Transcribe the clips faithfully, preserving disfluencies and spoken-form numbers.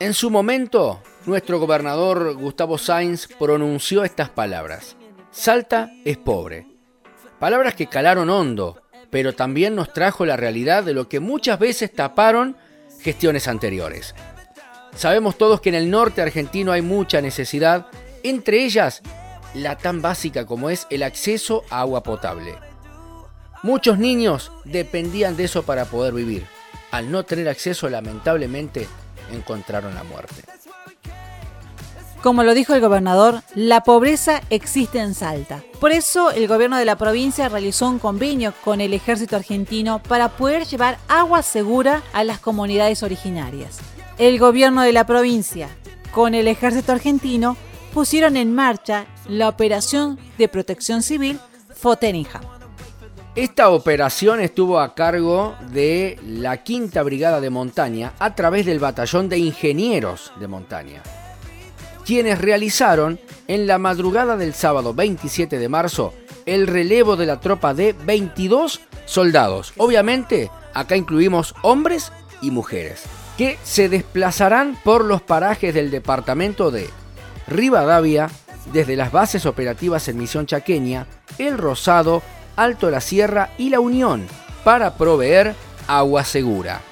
En su momento, nuestro gobernador Gustavo Sáenz pronunció estas palabras: Salta es pobre. Palabras que calaron hondo, pero también nos trajo la realidad de lo que muchas veces taparon gestiones anteriores. Sabemos todos que en el norte argentino hay mucha necesidad, entre ellas la tan básica como es el acceso a agua potable. Muchos niños dependían de eso para poder vivir. Al no tener acceso, lamentablemente, encontraron la muerte. Como lo dijo el gobernador, la pobreza existe en Salta. Por eso, el gobierno de la provincia realizó un convenio con el Ejército Argentino para poder llevar agua segura a las comunidades originarias. El gobierno de la provincia, con el Ejército Argentino, pusieron en marcha la Operación de Protección Civil Foterinja. Esta operación estuvo a cargo de la Quinta Brigada de Montaña a través del Batallón de Ingenieros de Montaña, quienes realizaron en la madrugada del sábado veintisiete de marzo el relevo de la tropa de veintidós soldados. Obviamente, acá incluimos hombres y mujeres, que se desplazarán por los parajes del departamento de Rivadavia, desde las bases operativas en Misión Chaqueña, El Rosado, Alto la Sierra y La Unión, para proveer agua segura.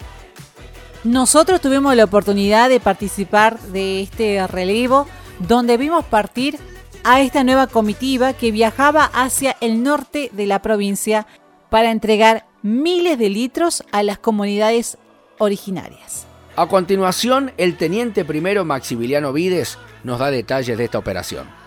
Nosotros tuvimos la oportunidad de participar de este relevo, donde vimos partir a esta nueva comitiva que viajaba hacia el norte de la provincia para entregar miles de litros a las comunidades originarias. A continuación, el teniente primero Maximiliano Vides nos da detalles de esta operación.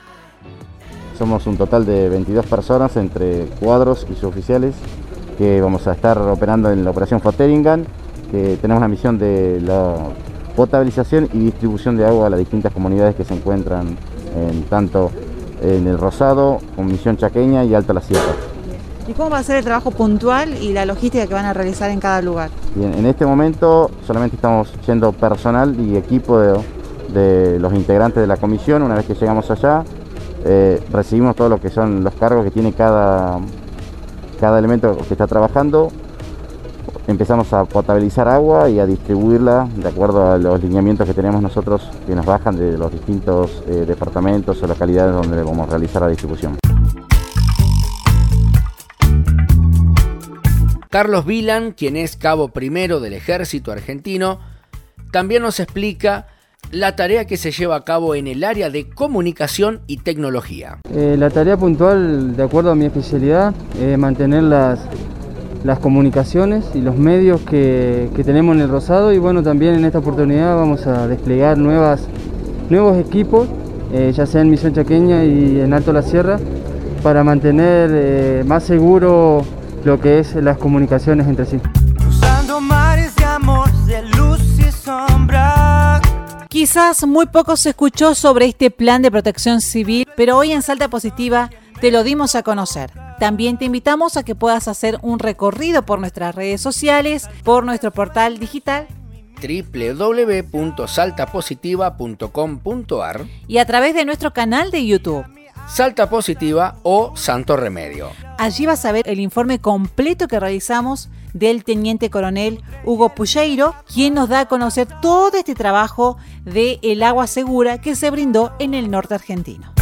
Somos un total de veintidós personas entre cuadros y suboficiales que vamos a estar operando en la operación Foteringan, que tenemos la misión de la potabilización y distribución de agua a las distintas comunidades que se encuentran en, tanto en El Rosado, con Misión Chaqueña y Alto la Sierra. ¿Y cómo va a ser el trabajo puntual y la logística que van a realizar en cada lugar? Bien, en este momento solamente estamos yendo personal y equipo de, de los integrantes de la comisión. Una vez que llegamos allá, Eh, recibimos todo lo que son los cargos que tiene cada, cada elemento que está trabajando, empezamos a potabilizar agua y a distribuirla de acuerdo a los lineamientos que tenemos nosotros, que nos bajan de los distintos eh, departamentos o localidades donde vamos a realizar la distribución. Carlos Vilan, quien es cabo primero del Ejército Argentino, también nos explica la tarea que se lleva a cabo en el área de comunicación y tecnología. Eh, la tarea puntual, de acuerdo a mi especialidad, es mantener las, las comunicaciones y los medios que, que tenemos en El Rosado, y bueno, también en esta oportunidad vamos a desplegar nuevas, nuevos equipos, eh, ya sea en Misión Chaqueña y en Alto la Sierra, para mantener eh, más seguro lo que es las comunicaciones entre sí. Cruzando mares de amor, de luz y sombra. Quizás muy poco se escuchó sobre este plan de protección civil, pero hoy en Salta Positiva te lo dimos a conocer. También te invitamos a que puedas hacer un recorrido por nuestras redes sociales, por nuestro portal digital doble u doble u doble u punto salta positiva punto com punto a r y a través de nuestro canal de YouTube Salta Positiva o Santo Remedio. Allí vas a ver el informe completo que realizamos del teniente coronel Hugo Pulleiro, quien nos da a conocer todo este trabajo de el agua segura que se brindó en el norte argentino.